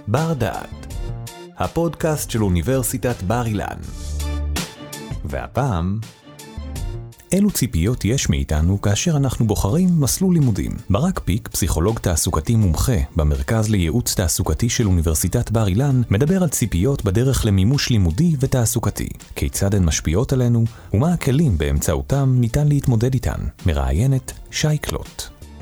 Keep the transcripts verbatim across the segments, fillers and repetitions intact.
בר דעת, הפודקאסט של אוניברסיטת בר אילן. והפעם, אילו ציפיות יש מאיתנו כאשר אנחנו בוחרים מסלול לימודים? ברק פיק, פסיכולוג תעסוקתי מומחה במרכז לייעוץ תעסוקתי של אוניברסיטת בר אילן, מדבר על ציפיות בדרך למימוש לימודי ותעסוקתי. כיצד הן משפיעות עלינו, ומה הכלים באמצעותם ניתן להתמודד איתן. מראיינת שי קלוט.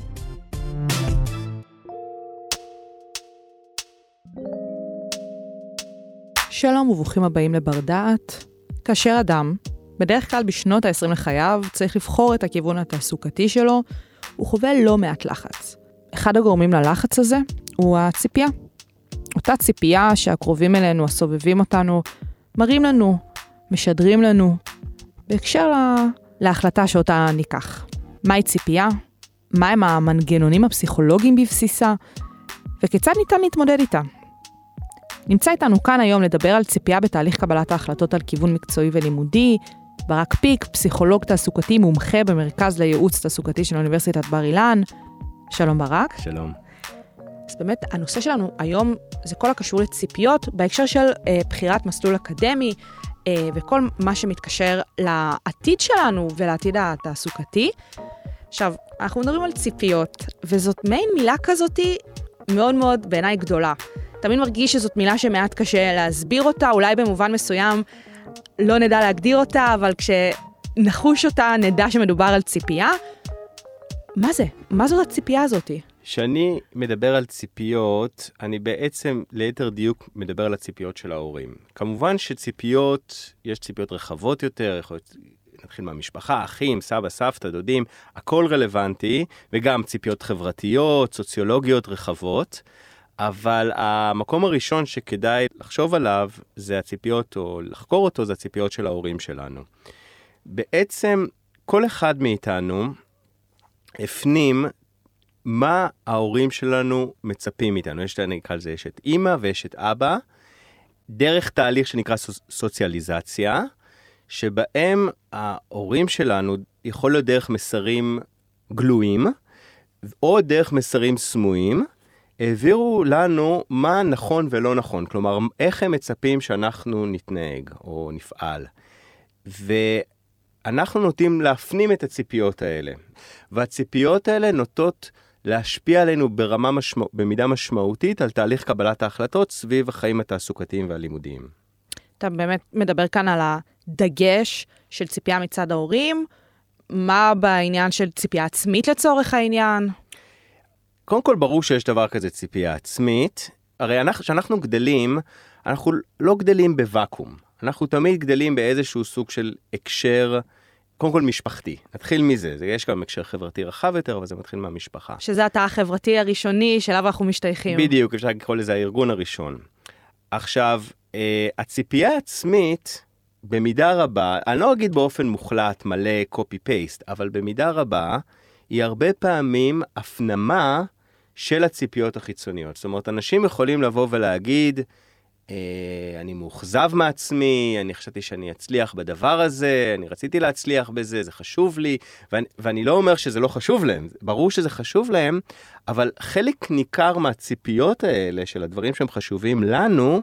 שלום וברוכים הבאים לבר דעת. כאשר אדם, בדרך כלל בשנות ה-עשרים לחייו, צריך לבחור את הכיוון התעסוקתי שלו, הוא חווה לא מעט לחץ. אחד הגורמים ללחץ הזה הוא הציפייה. אותה ציפייה שהקרובים אלינו, הסובבים אותנו, מראים לנו, משדרים לנו, בהקשר לה... להחלטה שאותה ניקח. מהי ציפייה? מהם המנגנונים הפסיכולוגיים בבסיסה? וכיצד ניתן להתמודד איתה? נמצא איתנו כאן היום לדבר על ציפייה בתהליך קבלת ההחלטות על כיוון מקצועי ולימודי, ברק פיק, פסיכולוג תעסוקתי מומחה במרכז לייעוץ תעסוקתי של אוניברסיטת בר אילן. שלום ברק. שלום. אז באמת הנושא שלנו היום זה כל הקשור לציפיות בהקשר של אה, בחירת מסלול אקדמי אה, וכל מה שמתקשר לעתיד שלנו ולעתיד התעסוקתי. עכשיו, אנחנו מדברים על ציפיות, וזאת מעין מילה כזאת מאוד מאוד בעיניי גדולה. תמיד מרגיש שזאת מילה שמעט קשה להסביר אותה, אולי במובן מסוים לא נדע להגדיר אותה, אבל כשנחוש אותה נדע שמדובר על ציפייה. מה זה? מה זאת הציפייה הזאת? כשאני מדבר על ציפיות, אני בעצם ליתר דיוק מדבר על הציפיות של ההורים. כמובן שציפיות, יש ציפיות רחבות יותר, יכול להיות, נתחיל מהמשפחה, אחים, סבא, סבתא, דודים, הכל רלוונטי, וגם ציפיות חברתיות, סוציולוגיות רחבות. אבל המקום הראשון שכדאי לחשוב עליו זה הציפיות, או לחקור אותו, זה הציפיות של ההורים שלנו. בעצם כל אחד מאיתנו הפנים מה ההורים שלנו מצפים מאיתנו. יש, נקרא לזה, יש את אמא ויש את אבא, דרך תהליך שנקרא סוציאליזציה, שבהם ההורים שלנו יכול להיות דרך מסרים גלויים, או דרך מסרים סמויים, העבירו לנו מה נכון ולא נכון, כלומר, איך הם מצפים שאנחנו נתנהג או נפעל. ואנחנו נוטים להפנים את הציפיות האלה. והציפיות האלה נוטות להשפיע עלינו ברמה משמע... במידה משמעותית על תהליך קבלת ההחלטות סביב החיים התעסוקתיים והלימודיים. אתה באמת מדבר כאן על הדגש של ציפייה מצד ההורים, מה בעניין של ציפייה עצמית לצורך העניין? קודם כל ברור שיש דבר כזה ציפייה עצמית, הרי כשאנחנו גדלים, אנחנו לא גדלים בוואקום, אנחנו תמיד גדלים באיזשהו סוג של הקשר, קודם כל משפחתי, נתחיל מזה, יש גם הקשר חברתי רחב יותר, אבל זה מתחיל מהמשפחה. שזה התא החברתי הראשוני שאליו אנחנו משתייכים. בדיוק, אפשר לקרוא לזה הארגון הראשון. עכשיו, הציפייה העצמית, במידה רבה, אני לא אגיד באופן מוחלט, מלא קופי-פייסט, אבל במידה רבה, היא הרבה פעמים הפנמה של הציפיות החיצוניות. זאת אומרת, אנשים יכולים לבוא ולהגיד, אה, אני מאוכזב מעצמי, אני חשבתי שאני אצליח בדבר הזה, אני רציתי להצליח בזה, זה חשוב לי, ואני, ואני לא אומר שזה לא חשוב להם, ברור שזה חשוב להם, אבל חלק ניכר מהציפיות האלה, של הדברים שהם חשובים לנו,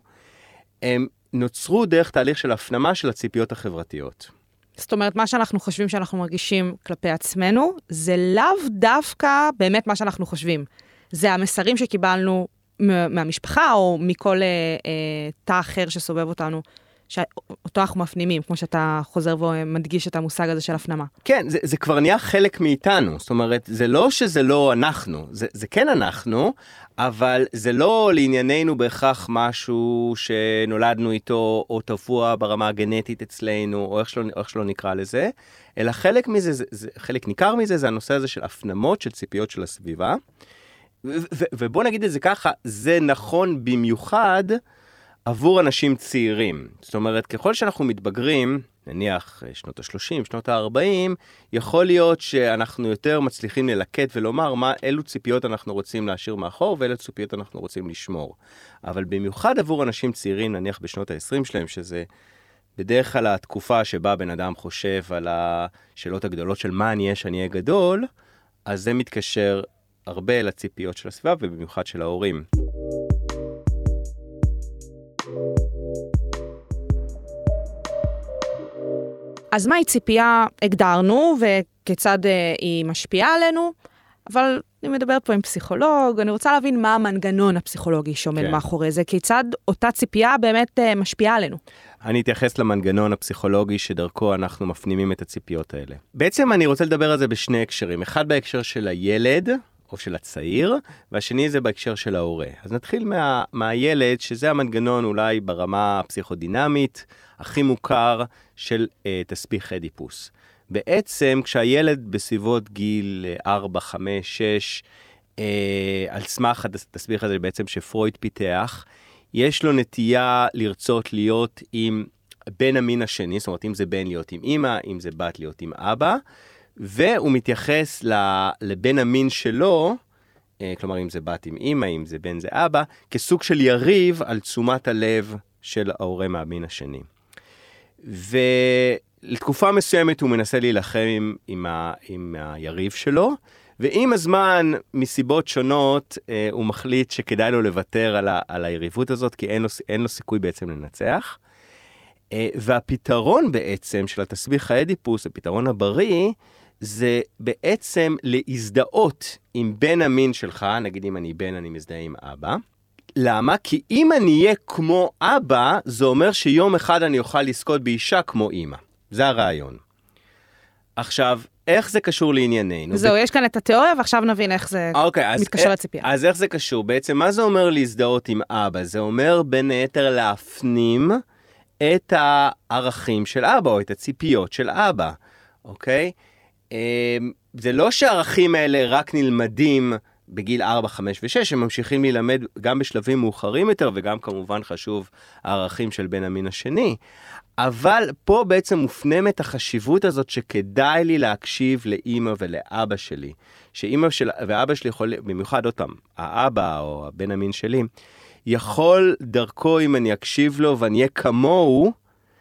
הם נוצרו דרך תהליך של הפנמה של הציפיות החברתיות. זאת אומרת, מה שאנחנו חושבים שאנחנו מרגישים כלפי עצמנו, זה לאו דווקא באמת מה שאנחנו חושבים. זה המסרים שקיבלנו מהמשפחה, או מכל אה, אה, תא אחר שסובב אותנו, שאותו אנחנו מפנימים, כמו שאתה חוזר ומדגיש את המושג הזה של הפנמה. כן, זה, זה כבר נהיה חלק מאיתנו. זאת אומרת, זה לא שזה לא אנחנו, זה, זה כן אנחנו, אבל זה לא לענייננו בהכרח משהו שנולדנו איתו, או טבוע ברמה הגנטית אצלנו, או איך שלא, איך שלא נקרא לזה, אלא חלק מזה, זה, זה, חלק ניכר מזה, זה הנושא הזה של הפנמות, של ציפיות של הסביבה. ו- ו- ובוא נגיד את זה ככה, זה נכון במיוחד עבור אנשים צעירים. זאת אומרת, ככל שאנחנו מתבגרים, נניח שנות ה-שלושים, שנות ה-ארבעים, יכול להיות שאנחנו יותר מצליחים ללקט ולומר מה, אילו ציפיות אנחנו רוצים להשאיר מאחור, ואילו ציפיות אנחנו רוצים לשמור. אבל במיוחד עבור אנשים צעירים, נניח בשנות ה-עשרים שלהם, שזה בדרך כלל התקופה שבה בן אדם חושב על השאלות הגדולות של מה אני אהיה שאני אהיה גדול, אז זה מתקשר הרבה לציפיות של הסביבה, ובמיוחד של ההורים. אז מהי ציפייה הגדרנו וכיצד היא משפיעה עלינו, אבל אני מדבר פה עם פסיכולוג, אני רוצה להבין מה המנגנון הפסיכולוגי שעומד כן. מאחורי זה, כיצד אותה ציפייה באמת משפיעה עלינו. אני אתייחס למנגנון הפסיכולוגי שדרכו אנחנו מפנימים את הציפיות האלה. בעצם אני רוצה לדבר על זה בשני הקשרים, אחד בהקשר של הילד, או של הצעיר, והשני זה בהקשר של ההורה. אז נתחיל מה, מהילד, שזה המנגנון אולי ברמה הפסיכודינמית, הכי מוכר של אה, תסביך אדיפוס. בעצם כשהילד בסביבות גיל ארבע, חמש, שש, אה, על סמך התסביך הזה בעצם שפרויד פיתח, יש לו נטייה לרצות להיות עם בן המין השני, זאת אומרת אם זה בן להיות עם אמא, אם זה בת להיות עם אבא, והוא מתייחס לבן המין שלו, כלומר אם זה בת עם אמא, אם זה בן זה אבא, כסוג של יריב על תשומת הלב של ההורה מהמין השני. ולתקופה מסוימת הוא מנסה להילחם עם, עם, ה, עם היריב שלו, ועם הזמן, מסיבות שונות, הוא מחליט שכדאי לו לוותר על, ה, על היריבות הזאת, כי אין לו, אין לו סיכוי בעצם לנצח. והפתרון בעצם של התסביך האדיפוס, הפתרון הבריא, זה בעצם להזדהות עם בן המין שלך, נגיד אם אני בן, אני מזדהה עם אבא. למה? כי אם אני אהיה כמו אבא, זה אומר שיום אחד אני אוכל לזכות באישה כמו אמא. זה הרעיון. עכשיו, איך זה קשור לענייננו? זהו, יש כאן את התיאוריה, ועכשיו נבין איך זה מתקשר לציפייה. אז איך זה קשור? בעצם, מה זה אומר להזדהות עם אבא? זה אומר בין היתר להפנים את הערכים של אבא, או את הציפיות של אבא, אוקיי? זה לא שהערכים האלה רק נלמדים בגיל ארבע, חמש ושש, הם ממשיכים ללמד גם בשלבים מאוחרים יותר, וגם כמובן חשוב הערכים של בן המין השני, אבל פה בעצם מופנמת החשיבות הזאת שכדאי לי להקשיב לאמא ולאבא שלי, שאמא של, ואבא שלי יכול, במיוחד אותם, האבא או הבן המין שלי, יכול דרכו אם אני אקשיב לו ואני אהיה כמוהו,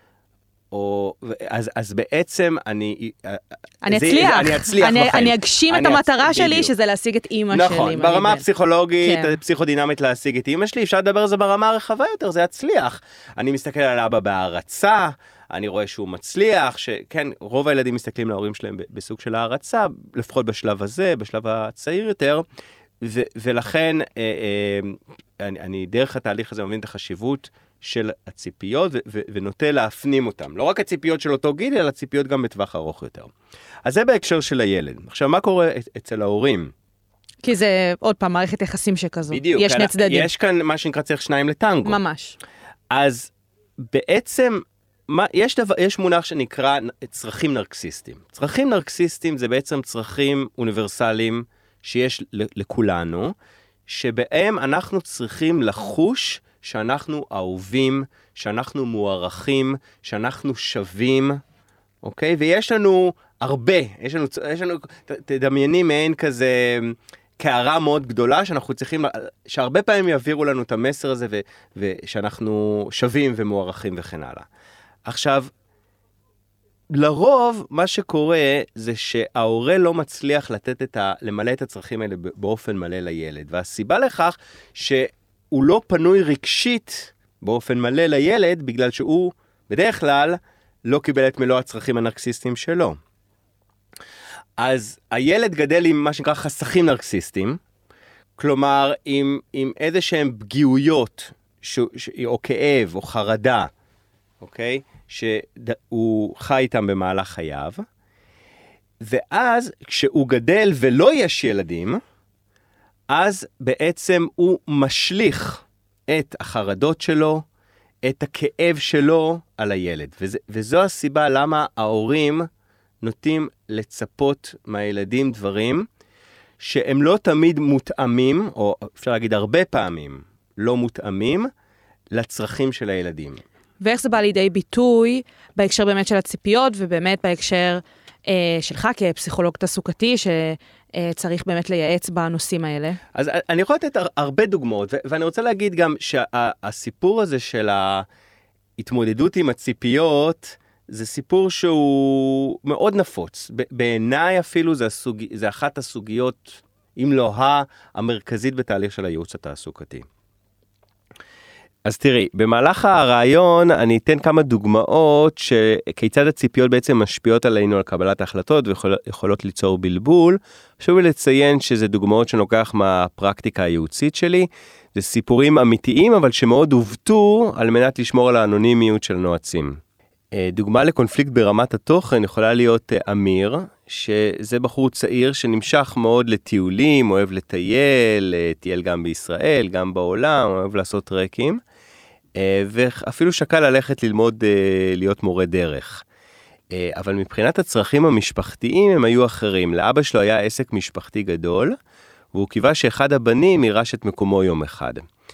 או, אז, אז בעצם אני... אני זה, אצליח. אני אצליח אני, בחיים. אני אגשים אני את המטרה אצ... שלי, בדיוק. שזה להשיג את אימא נכון, שלי. נכון, ברמה הפסיכולוגית, כן. הפסיכודינמית להשיג את אימא שלי, אפשר לדבר על זה ברמה הרחבה יותר, זה יצליח. אני מסתכל על אבא בהערצה, אני רואה שהוא מצליח, שכן, רוב הילדים מסתכלים להורים שלהם בסוג של הערצה, לפחות בשלב הזה, בשלב הצעיר יותר, ו- ולכן אה, אה, אני, אני דרך התהליך הזה מבין את החשיבות של הציפיות, ו- ו- ונוטה להפנים אותם. לא רק הציפיות של אותו גיל, אלא הציפיות גם בטווח ארוך יותר. אז זה בהקשר של הילד. עכשיו, מה קורה אצל ההורים? כי זה עוד פעם מערכת יחסים שכזו. בדיוק. יש שני צדדים. יש כאן מה שנקרא צריך שניים לטנגו. ממש. אז בעצם, מה, יש, דבר, יש מונח שנקרא צרכים נרקסיסטיים. צרכים נרקסיסטיים זה בעצם צרכים אוניברסליים שיש לכולנו, שבהם אנחנו צריכים לחוש שאנחנו אהובים, שאנחנו מוערכים, שאנחנו שווים, אוקיי? ויש לנו הרבה, יש לנו, יש לנו, תדמייני מעין כזה קערה מאוד גדולה, שאנחנו צריכים, שהרבה פעמים יעבירו לנו את המסר הזה, ו, ושאנחנו שווים ומוערכים וכן הלאה. עכשיו, לרוב מה שקורה זה שההורה לא מצליח לתת את ה, למלא את הצרכים האלה באופן מלא לילד, והסיבה לכך שהוא לא פנוי רגשית באופן מלא לילד, בגלל שהוא בדרך כלל לא קיבל את מלוא הצרכים הנרקסיסטיים שלו. אז הילד גדל עם מה שנקרא חסכים נרקסיסטיים, כלומר עם, עם איזה שהם פגיעויות, ש, ש, או כאב או חרדה, אוקיי? שהוא חי איתם במהלך חייו, ואז כשהוא גדל ולא יש ילדים, אז בעצם הוא משליך את החרדות שלו, את הכאב שלו על הילד. וזה, וזו הסיבה למה ההורים נוטים לצפות מהילדים דברים שהם לא תמיד מותאמים, או אפשר להגיד הרבה פעמים לא מותאמים, לצרכים של הילדים. ואיך זה בא לידי ביטוי בהקשר באמת של הציפיות, ובאמת בהקשר אה, שלך כפסיכולוג תעסוקתי, שצריך באמת לייעץ בנושאים האלה? אז אני יכול לתת הרבה דוגמאות, ואני רוצה להגיד גם שהסיפור הזה של ההתמודדות עם הציפיות, זה סיפור שהוא מאוד נפוץ. בעיניי אפילו זה, הסוג... זה אחת הסוגיות, אם לא המרכזית בתהליך של הייעוץ התעסוקתי. אז תראי, במהלך הרעיון אני אתן כמה דוגמאות שכיצד הציפיות בעצם משפיעות עלינו על קבלת ההחלטות ויכולות ליצור בלבול. חשוב לי לציין שזה דוגמאות שנוקח מהפרקטיקה הייעוצית שלי. זה סיפורים אמיתיים אבל שמאוד הובטו על מנת לשמור על האנונימיות של נועצים. דוגמה לקונפליקט ברמת התוכן יכולה להיות אמיר, שזה בחור צעיר שנמשך מאוד לטיולים, אוהב לטייל, טייל גם בישראל, גם בעולם, אוהב לעשות טרקים, ואפילו שקל ללכת ללמוד להיות מורה דרך. אבל מבחינת הצרכים המשפחתיים הם היו אחרים. לאבא שלו היה עסק משפחתי גדול, והוא קיווה שאחד הבנים יירש את מקומו יום אחד.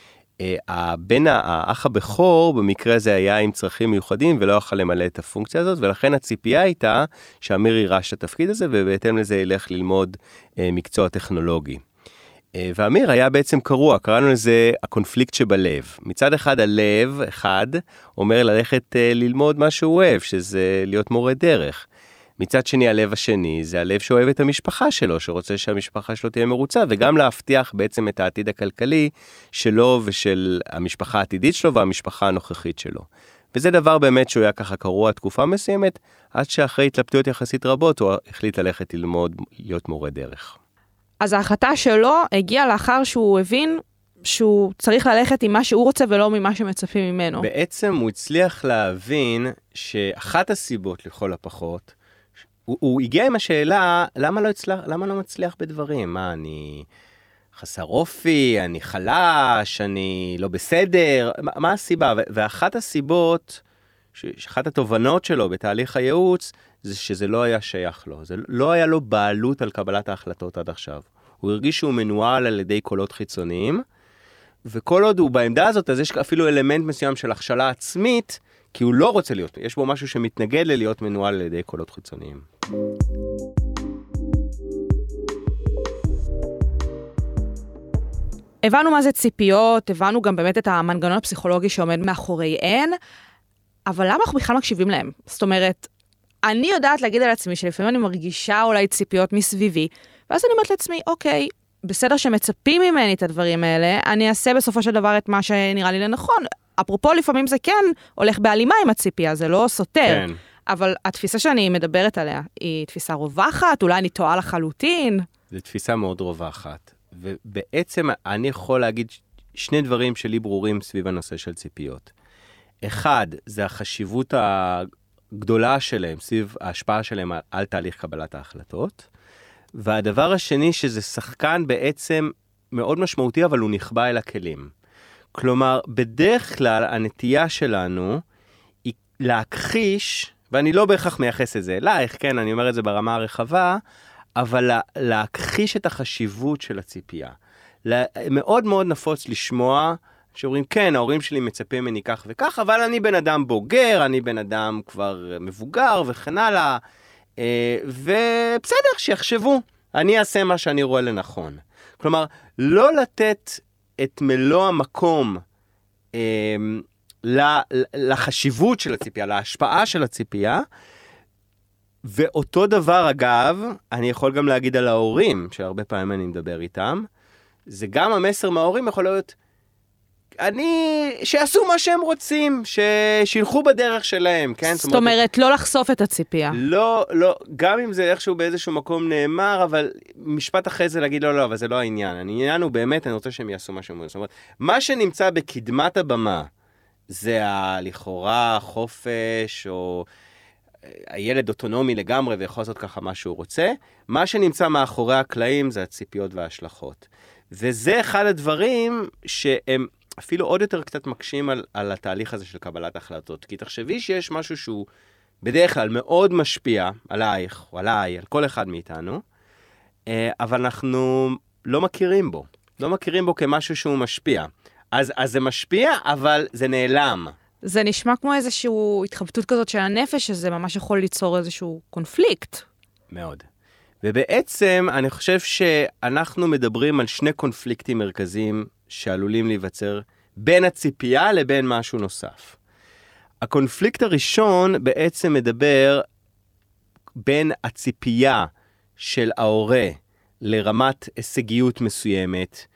הבן האח הבכור במקרה הזה היה עם צרכים מיוחדים ולא יוכל למלא את הפונקציה הזאת, ולכן הציפייה הייתה שאמיר יירש את התפקיד הזה ובהתאם לזה ילך ללמוד מקצוע טכנולוגי. ואמיר היה בעצם קרוע, קראנו לזה הקונפליקט שבלב. מצד אחד הלב אחד אומר ללכת ללמוד מה שהוא אוהב, שזה להיות מורה דרך. מצד שני, הלב השני, זה הלב שאוהב את המשפחה שלו, שרוצה שהמשפחה שלו תהיה מרוצה, וגם להבטיח בעצם את העתיד הכלכלי שלו ושל המשפחה העתידית שלו והמשפחה הנוכחית שלו. וזה דבר באמת שהוא היה ככה קרוע תקופה מסוימת, עד שאחרי התלבטויות יחסית רבות, הוא החליט ללכת ללמוד להיות מורה דרך. אז ההחלטה שלו הגיעה לאחר שהוא הבין שהוא צריך ללכת עם מה שהוא רוצה ולא ממה שמצפים ממנו. בעצם הוא הצליח להבין שאחת הסיבות לכל הפחות, הוא, הוא הגיע עם השאלה, למה לא, הצליח, למה לא מצליח בדברים? מה, אני חסר אופי, אני חלש, אני לא בסדר? מה, מה הסיבה? ואחת הסיבות, אחת התובנות שלו בתהליך הייעוץ, זה שזה לא היה שייך לו. זה לא היה לו בעלות על קבלת ההחלטות עד עכשיו. הוא הרגיש שהוא מנוהל על ידי קולות חיצוניים, וכל עוד הוא בעמדה הזאת, אז יש אפילו אלמנט מסוים של הכשלה עצמית, כי הוא לא רוצה להיות, יש בו משהו שמתנגד ללהיות מנוהל על ידי קולות חיצוניים. הבנו מה זה ציפיות, הבנו גם באמת את המנגנון הפסיכולוגי שעומד מאחוריהן, אבל למה אנחנו בכלל מקשיבים להם? זאת אומרת, אני יודעת להגיד על עצמי שלפעמים אני מרגישה אולי ציפיות מסביבי, ואז אני אומרת לעצמי, אוקיי, בסדר שמצפים ממני את הדברים האלה, אני אעשה בסופו של דבר את מה שנראה לי לנכון. אפרופו, לפעמים זה כן הולך בהלימה עם הציפייה, זה לא סותר. כן. אבל התפיסה שאני מדברת עליה, היא תפיסה רווחת, אולי אני טועה לחלוטין. זו תפיסה מאוד רווחת. ובעצם אני יכול להגיד שני דברים שלי ברורים סביב הנושא של ציפיות. אחד, זה החשיבות הגדולה שלהם, סביב ההשפעה שלהם על, על תהליך קבלת ההחלטות. והדבר השני, שזה שחקן בעצם מאוד משמעותי, אבל הוא נכבה אל הכלים. כלומר, בדרך כלל הנטייה שלנו היא להכחיש, ואני לא בהכרח מייחס את זה אלייך, כן, אני אומר את זה ברמה הרחבה, אבל להכחיש את החשיבות של הציפייה. מאוד מאוד נפוץ לשמוע שאומרים, כן, ההורים שלי מצפים ממני כך וכך, אבל אני בן אדם בוגר, אני בן אדם כבר מבוגר וכן הלאה, ובסדר, שיחשבו, אני אעשה מה שאני רואה לנכון. כלומר, לא לתת את מלוא המקום אה, לחשיבות של הציפייה, להשפעה של הציפייה, ואותו דבר אגב, אני יכול גם להגיד על ההורים, שהרבה פעמים אני מדבר איתם, זה גם המסר מההורים יכול להיות, אני, שיעשו מה שהם רוצים, ששילחו בדרך שלהם, כן? זאת אומרת, לא לחשוף את הציפייה. לא, לא, גם אם זה איכשהו באיזשהו מקום נאמר, אבל משפט אחרי זה להגיד, לא, לא, אבל זה לא העניין. העניין הוא באמת, אני רוצה שהם יעשו מה שהם רוצים. זאת אומרת, מה שנמצא בקדמת הבמה, זה לכאורה חופש, או הילד אוטונומי לגמרי, ויכול לעשות ככה מה שהוא רוצה. מה שנמצא מאחורי הקלעים, זה הציפיות וההשלכות. וזה אחד הדברים שהם אפילו עוד יותר קצת מקשים על, על התהליך הזה של קבלת החלטות. כי תחשבי שיש משהו שהוא בדרך כלל מאוד משפיע עלייך, או עליי, על כל אחד מאיתנו, אבל אנחנו לא מכירים בו. לא מכירים בו כמשהו שהוא משפיע. אז, אז זה משפיע, אבל זה נעלם. זה נשמע כמו איזושהי התחבטות כזאת של הנפש, שזה ממש יכול ליצור איזשהו קונפליקט. מאוד. ובעצם אני חושב שאנחנו מדברים על שני קונפליקטים מרכזיים שעלולים להיווצר בין הציפייה לבין משהו נוסף. הקונפליקט הראשון בעצם מדבר בין הציפייה של ההורה לרמת הישגיות מסוימת,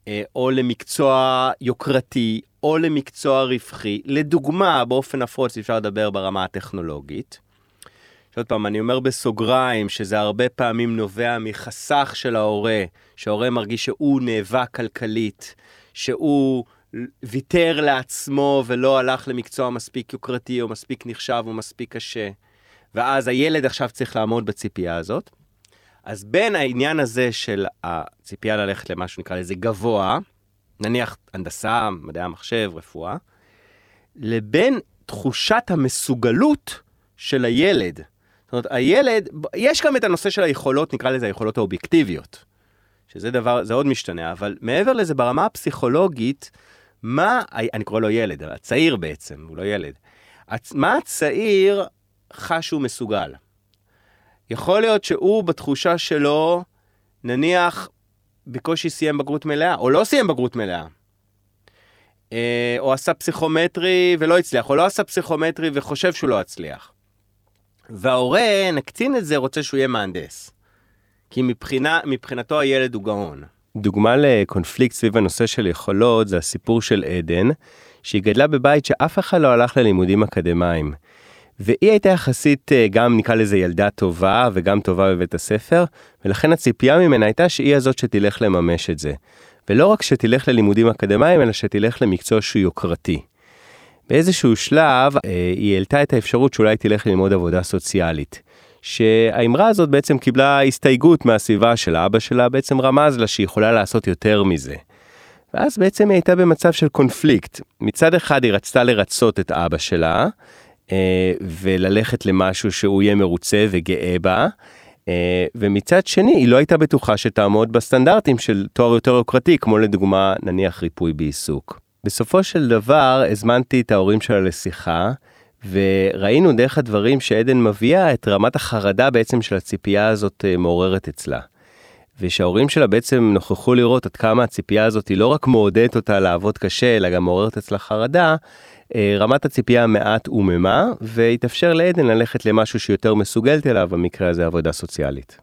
או למקצוע יוקרתי, או למקצוע רווחי. לדוגמה, באופן נפוץ אפשר לדבר ברמה הטכנולוגית. עוד פעם, אני אומר בסוגריים, שזה הרבה פעמים נובע מחסך של ההורה, שההורה מרגיש שהוא נאבק כלכלית, שהוא ויתר לעצמו ולא הלך למקצוע מספיק יוקרתי, או מספיק נחשב, או מספיק קשה. ואז הילד עכשיו צריך לעמוד בציפייה הזאת. אז בין העניין הזה של הציפייה ללכת למה שנקרא לזה גבוה, נניח הנדסה, מדעי המחשב, רפואה, לבין תחושת המסוגלות של הילד. זאת אומרת, הילד, יש גם את הנושא של היכולות, נקרא לזה היכולות האובייקטיביות, שזה דבר, זה עוד משתנה, אבל מעבר לזה ברמה הפסיכולוגית, מה, אני קורא לו ילד, הצעיר בעצם, הוא לא ילד, מה הצעיר חש שהוא מסוגל? יכול להיות שהוא בתחושה שלו, נניח, בקושי סיים בגרות מלאה, או לא סיים בגרות מלאה. או עשה פסיכומטרי ולא הצליח, או לא עשה פסיכומטרי וחושב שהוא לא הצליח. וההורה, נקצין את זה, רוצה שהוא יהיה מהנדס. כי מבחינה, מבחינתו הילד הוא גאון. דוגמה לקונפליקט סביב הנושא של יכולות, זה הסיפור של עדן, שהיא גדלה בבית שאף אחד לא הלך ללימודים אקדמיים. והיא הייתה יחסית גם נקרא לזה ילדה טובה וגם טובה בבית הספר, ולכן הציפייה ממנה הייתה שהיא הזאת שתלך לממש את זה. ולא רק שתלך ללימודים אקדמיים, אלא שתלך למקצוע שהוא יוקרתי. באיזשהו שלב היא העלתה את האפשרות שאולי תלך ללמוד עבודה סוציאלית. שהאמרה הזאת בעצם קיבלה הסתייגות מהסביבה של אבא שלה, בעצם רמז לה שהיא יכולה לעשות יותר מזה. ואז בעצם היא הייתה במצב של קונפליקט. מצד אחד היא רצתה לרצות את אבא שלה, וללכת למשהו שהוא יהיה מרוצה וגאה בה, ומצד שני היא לא הייתה בטוחה שתעמוד בסטנדרטים של תואר יותר יוקרתי, כמו לדוגמה נניח ריפוי בעיסוק. בסופו של דבר הזמנתי את ההורים שלה לשיחה, וראינו דרך הדברים שעדן מביאה את רמת החרדה בעצם של הציפייה הזאת מעוררת אצלה. ושההורים שלה בעצם נוכחו לראות עד כמה הציפייה הזאת היא לא רק מעודדת אותה לעבוד קשה, אלא גם מעוררת אצלה חרדה, רמת הציפייה מעט אוממה, והתאפשר לעדן ללכת למשהו שיותר מסוגלת אליו, במקרה הזה עבודה סוציאלית.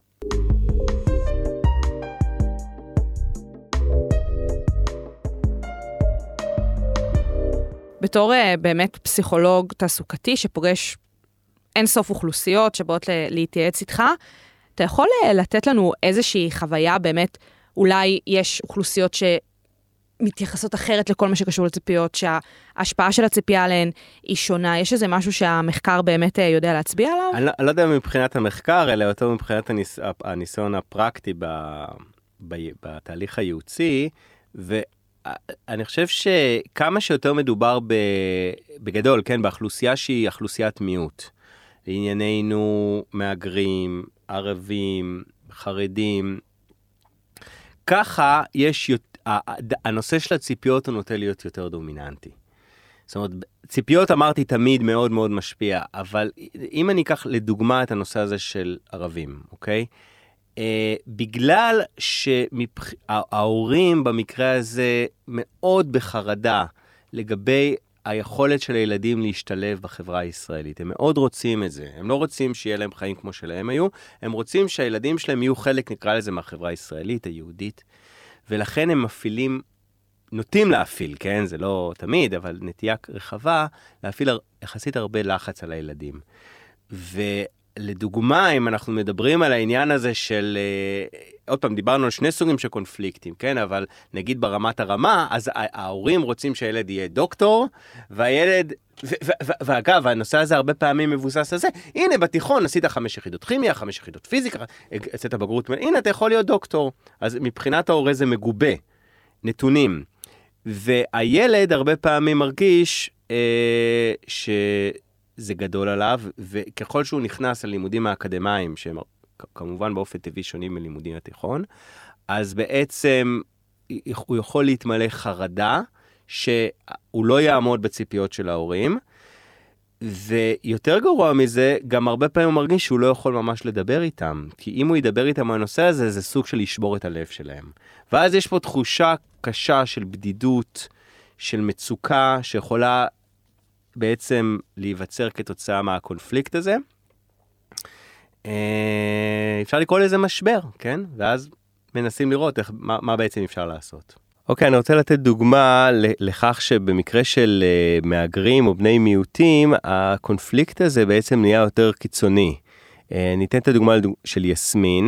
בתור באמת פסיכולוג תעסוקתי שפוגש אין סוף אוכלוסיות שבאות להתייעץ איתך, אתה יכול לתת לנו איזושהי חוויה באמת, אולי יש אוכלוסיות שמתייחסות אחרת לכל מה שקשור לציפיות, שההשפעה של הציפייה עליהן היא שונה, יש איזה משהו שהמחקר באמת יודע להצביע עליו? אני לא, אני לא יודע מבחינת המחקר, אלא יותר מבחינת הניס, הניסיון הפרקטי ב, ב, בתהליך הייעוצי, ואני חושב שכמה שיותר מדובר בגדול, כן, באוכלוסייה שהיא אוכלוסיית מיעוט, לענייננו מהגרים, ערבים, חרדים, ככה יש, הנושא של הציפיות הוא נוטה להיות יותר דומיננטי. זאת אומרת, ציפיות אמרתי תמיד מאוד מאוד משפיע, אבל אם אני אקח לדוגמה את הנושא הזה של ערבים, אוקיי? אה, בגלל שההורים במקרה הזה מאוד בחרדה לגבי היכולת של הילדים להשתלב בחברה הישראלית. הם מאוד רוצים את זה. הם לא רוצים שיהיה להם חיים כמו שלהם היו, הם רוצים שהילדים שלהם יהיו חלק, נקרא לזה, מהחברה הישראלית, היהודית, ולכן הם מפעילים, נוטים להפעיל, כן? זה לא תמיד, אבל נטייה רחבה, להפעיל יחסית הרבה לחץ על הילדים. ולדוגמה, אם אנחנו מדברים על העניין הזה של, עוד פעם, דיברנו על שני סוגים של קונפליקטים, כן? אבל נגיד ברמת הרמה, אז ההורים רוצים שהילד יהיה דוקטור, והילד, ואגב, הנושא הזה הרבה פעמים מבוסס על זה, הנה בתיכון עשית חמש יחידות כימיה, חמש יחידות פיזיקה, עשית בגרות, הנה אתה יכול להיות דוקטור. אז מבחינת ההורה זה מגובה, נתונים. והילד הרבה פעמים מרגיש אה, שזה גדול עליו, וככל שהוא נכנס ללימודים האקדמיים, שהם כמובן באופן טבעי שונים מלימודים התיכון, אז בעצם הוא יכול להתמלא חרדה, שהוא לא יעמוד בציפיות של ההורים, ויותר גרוע מזה, גם הרבה פעמים הוא מרגיש שהוא לא יכול ממש לדבר איתם, כי אם הוא ידבר איתם על הנושא הזה, זה סוג של לשבור את הלב שלהם. ואז יש פה תחושה קשה של בדידות, של מצוקה, שיכולה בעצם להיווצר כתוצאה מהקונפליקט הזה. אפשר לקרוא לזה משבר, כן? ואז מנסים לראות איך, מה, מה בעצם אפשר לעשות. אוקיי, אני רוצה לתת דוגמה לכך שבמקרה של מהגרים או בני מיעוטים, הקונפליקט הזה בעצם נהיה יותר קיצוני. ניתן את הדוגמה של יסמין,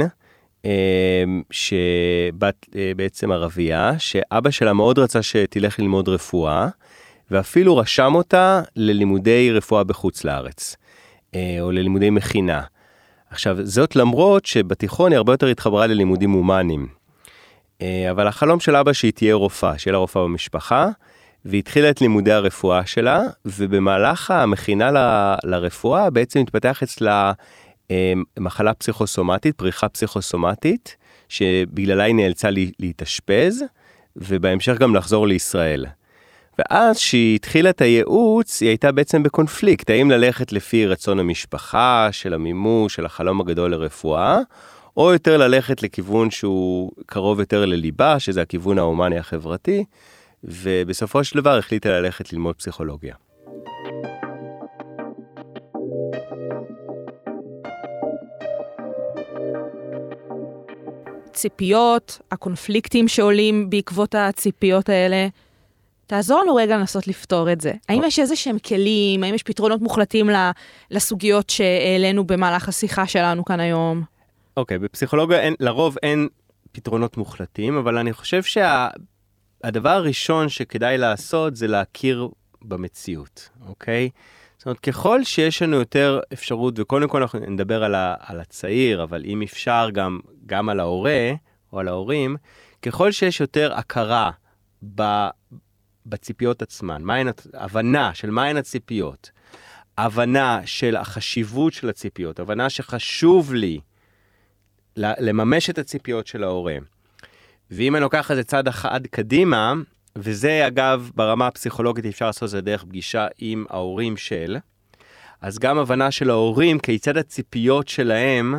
שבת בעצם ערבייה, שאבא שלה מאוד רצה שתלך ללמוד רפואה, ואפילו רשם אותה ללימודי רפואה בחוץ לארץ, או ללימודי מכינה. עכשיו, זאת למרות שבתיכון היא הרבה יותר התחברה ללימודים הומניים. אבל החלום של אבא שהיא תהיה רופאה, שיהיה לה רופאה במשפחה, והתחילה את לימודי הרפואה שלה, ובמהלך המכינה ל, לרפואה בעצם התפתח אצלה מחלה פסיכוסומטית, פריחה פסיכוסומטית, שבגללה היא נאלצה להתאשפז, ובהמשך גם לחזור לישראל. ואז שהיא התחילה את הייעוץ, היא הייתה בעצם בקונפליקט, האם ללכת לפי רצון המשפחה, של המימוש, של החלום הגדול לרפואה, או יותר ללכת לכיוון שהוא קרוב יותר לליבה, שזה הכיוון ההומני החברתי, ובסופו של דבר החליטה ללכת ללמוד פסיכולוגיה. ציפיות, הקונפליקטים שעולים בעקבות הציפיות האלה, תעזור לנו רגע לנסות לפתור את זה. האם יש איזה שהם כלים, האם יש פתרונות מוחלטים לסוגיות שהעלינו במהלך השיחה שלנו כאן היום? אוקיי, בפסיכולוגיה אין, לרוב אין פתרונות מוחלטים, אבל אני חושב שהדבר הראשון שכדאי לעשות זה להכיר במציאות, אוקיי? זאת אומרת, ככל שיש לנו יותר אפשרות, וקודם כל אנחנו נדבר על, ה, על הצעיר, אבל אם אפשר גם, גם על ההורה או על ההורים, ככל שיש יותר הכרה ב, בציפיות עצמן, מהן, הבנה של מהן הציפיות, הבנה של החשיבות של הציפיות, הבנה שחשוב לי לממש את הציפיות של ההורה. ואם אני לוקח את זה צעד אחד קדימה, וזה אגב ברמה הפסיכולוגית אפשר לעשות זה דרך פגישה עם ההורים של, אז גם הבנה של ההורים כיצד הציפיות שלהם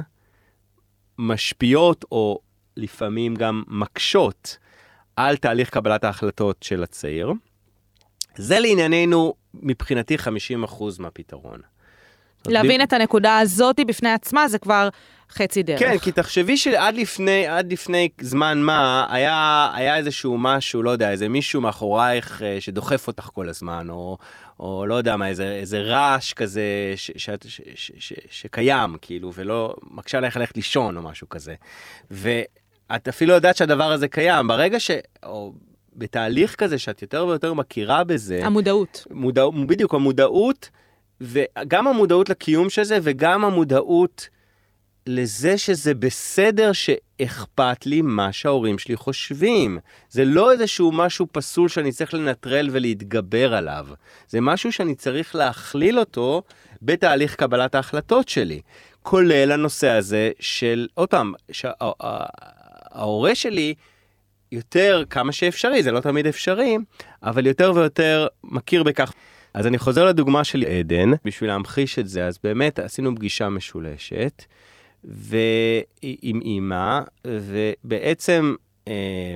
משפיעות או לפעמים גם מקשות על תהליך קבלת ההחלטות של הצעיר. זה לענייננו מבחינתי חמישים אחוז מהפתרון. להבין את הנקודה הזאת בפני עצמה זה כבר חצי דרך. כן, כי תחשבי שעד לפני, עד לפני זמן מה, היה, היה איזשהו משהו, לא יודע, איזה מישהו מאחורייך שדוחף אותך כל הזמן, או, או לא יודע מה, איזה, איזה רעש כזה ש, ש, ש, ש, ש, שקיים, כאילו, ולא מקשה עליך ללכת לישון או משהו כזה. ואת אפילו יודעת שהדבר הזה קיים. ברגע ש... או בתהליך כזה שאת יותר ויותר מכירה בזה... המודעות. מודע, בדיוק, המודעות, וגם המודעות לקיום של זה, וגם המודעות לזה שזה בסדר שאכפת לי מה שההורים שלי חושבים. זה לא איזשהו משהו פסול שאני צריך לנטרל ולהתגבר עליו. זה משהו שאני צריך להכליל אותו בתהליך קבלת ההחלטות שלי. כולל הנושא הזה של, עוד פעם, שההורה שלי יותר כמה שאפשרי, זה לא תמיד אפשרי, אבל יותר ויותר מכיר בכך. אז אני חוזר לדוגמה של עדן, בשביל להמחיש את זה, אז באמת עשינו פגישה משולשת, ועם אמא, ובעצם אה,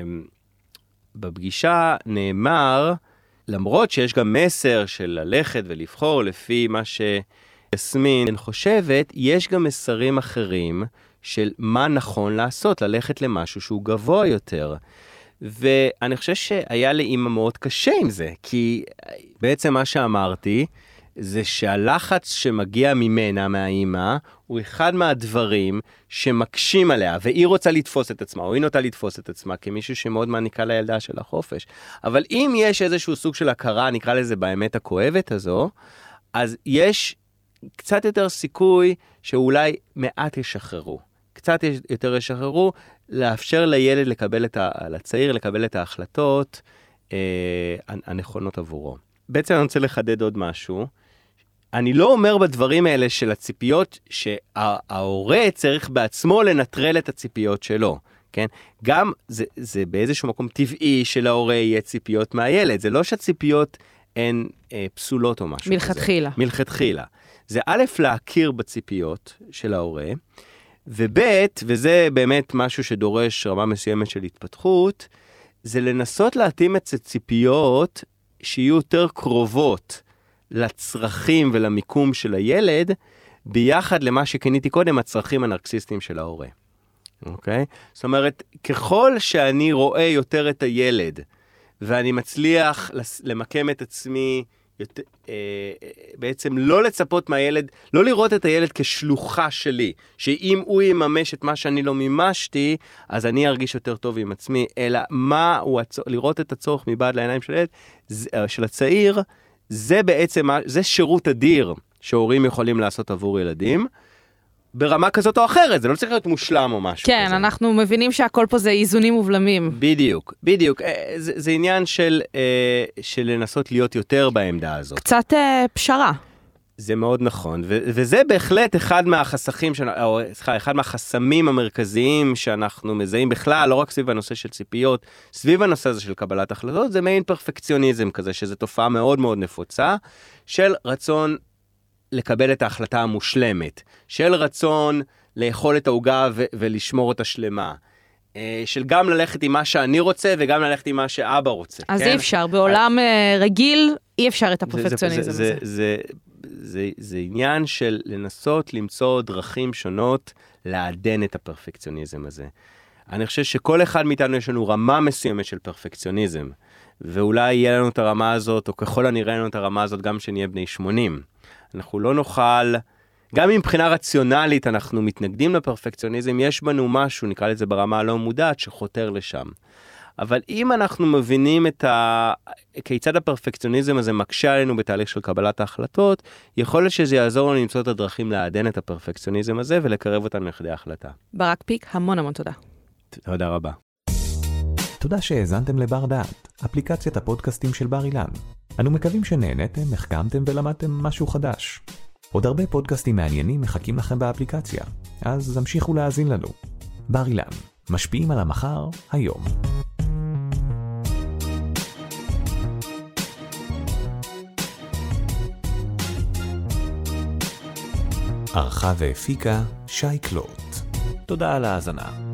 בפגישה נאמר, למרות שיש גם מסר של ללכת ולבחור לפי מה שיסמין חושבת, יש גם מסרים אחרים של מה נכון לעשות, ללכת למשהו שהוא גבוה יותר. ואני חושב שהיה לאמא מאוד קשה עם זה, כי בעצם מה שאמרתי, זה שהלחץ שמגיע ממנה, מהאמא, הוא אחד מהדברים שמקשים עליה, והיא רוצה לתפוס את עצמה, או היא נוטה לתפוס את עצמה, כמישהו שמאוד מעניקה לילדה של החופש. אבל אם יש איזשהו סוג של הכרה, נקרא לזה באמת הכואבת הזו, אז יש קצת יותר סיכוי שאולי מעט ישחררו. קצת יותר ישחררו, לאפשר לילד לקבל את ה... לצעיר לקבל את ההחלטות אה, הנכונות עבורו. בעצם אני רוצה לחדד עוד משהו. אני לא אומר בדברים האלה של הציפיות שההורה צריך בעצמו לנטרל את הציפיות שלו, כן? גם זה, זה באיזשהו מקום טבעי שלהורה יהיה ציפיות מהילד. זה לא שהציפיות הן אה, פסולות או משהו מלכתחילה. כזה. מלכתחילה. זה א', להכיר בציפיות של ההורה, וב', וזה באמת משהו שדורש רמה מסוימת של התפתחות, זה לנסות להתאים את הציפיות שיהיו יותר קרובות לצרכים ולמיקום של הילד, ביחד למה שקניתי קודם, הצרכים הנרקסיסטיים של ההורה. אוקיי? זאת אומרת, ככל שאני רואה יותר את הילד ואני מצליח למקם את עצמי, יותר, אה, בעצם לא לצפות מהילד, לא לראות את הילד כשלוחה שלי, שאם הוא יממש את מה שאני לא מימשתי, אז אני ארגיש יותר טוב עם עצמי, אלא מה הוא הצור, לראות את הצורך מבעד לעיניים של הילד, של הצעיר, זה בעצם, זה שירות אדיר שהורים יכולים לעשות עבור ילדים, ברמה כזאת או אחרת, זה לא צריך להיות מושלם או משהו כן, כזה. אנחנו מבינים שהכל פה זה איזונים ובלמים. בדיוק, בדיוק. זה, זה עניין של, של לנסות להיות יותר בעמדה הזאת. קצת פשרה. זה מאוד נכון, ו- וזה בהחלט אחד מהחסכים, ש- או, סליחה, אחד מהחסמים המרכזיים שאנחנו מזהים בכלל, לא רק סביב הנושא של ציפיות, סביב הנושא הזה של קבלת החלטות, זה מעין פרפקציוניזם כזה, שזו תופעה מאוד מאוד נפוצה, של רצון לקבל את ההחלטה המושלמת, של רצון לאכול את העוגה ו- ולשמור אותה שלמה, של גם ללכת עם מה שאני רוצה, וגם ללכת עם מה שאבא רוצה. אז כן? אי אפשר, בעולם רגיל, אי אפשר את הפרפקציוניזם הזה. זה, זה, זה, זה, זה עניין של לנסות למצוא דרכים שונות, לעדן את הפרפקציוניזם הזה. אני חושב שכל אחד מאיתנו יש לנו רמה מסוימת של פרפקציוניזם, ואולי יהיה לנו את הרמה הזאת, או ככל הנראה לנו את הרמה הזאת גם שנהיה בני שמונים. אנחנו לא נוכל, גם מבחינה רציונלית אנחנו מתנגדים לפרפקציוניזם, יש בנו משהו, נקרא לזה ברמה הלא מודעת, שחותר לשם. אבל אם אנחנו מבינים את ה... כיצד הפרפקציוניזם הזה מקשה עלינו בתהליך של קבלת ההחלטות, יכול להיות שזה יעזור לנו למצוא את הדרכים לעדן את הפרפקציוניזם הזה, ולקרב אותנו לכדי ההחלטה. ברק פיק, המון המון תודה. תודה רבה. תודה שהאזנתם לבר דעת, אפליקציית הפודקאסטים של בר אילן. אנו מקווים שנהנתם, החכמתם ולמדתם משהו חדש. עוד הרבה פודקאסטים מעניינים מחכים לכם באפליקציה, אז המשיכו להאזין לנו. בר אילן, משפיעים על המחר, היום. ערכה והפיקה שי קלוט. תודה על ההאזנה.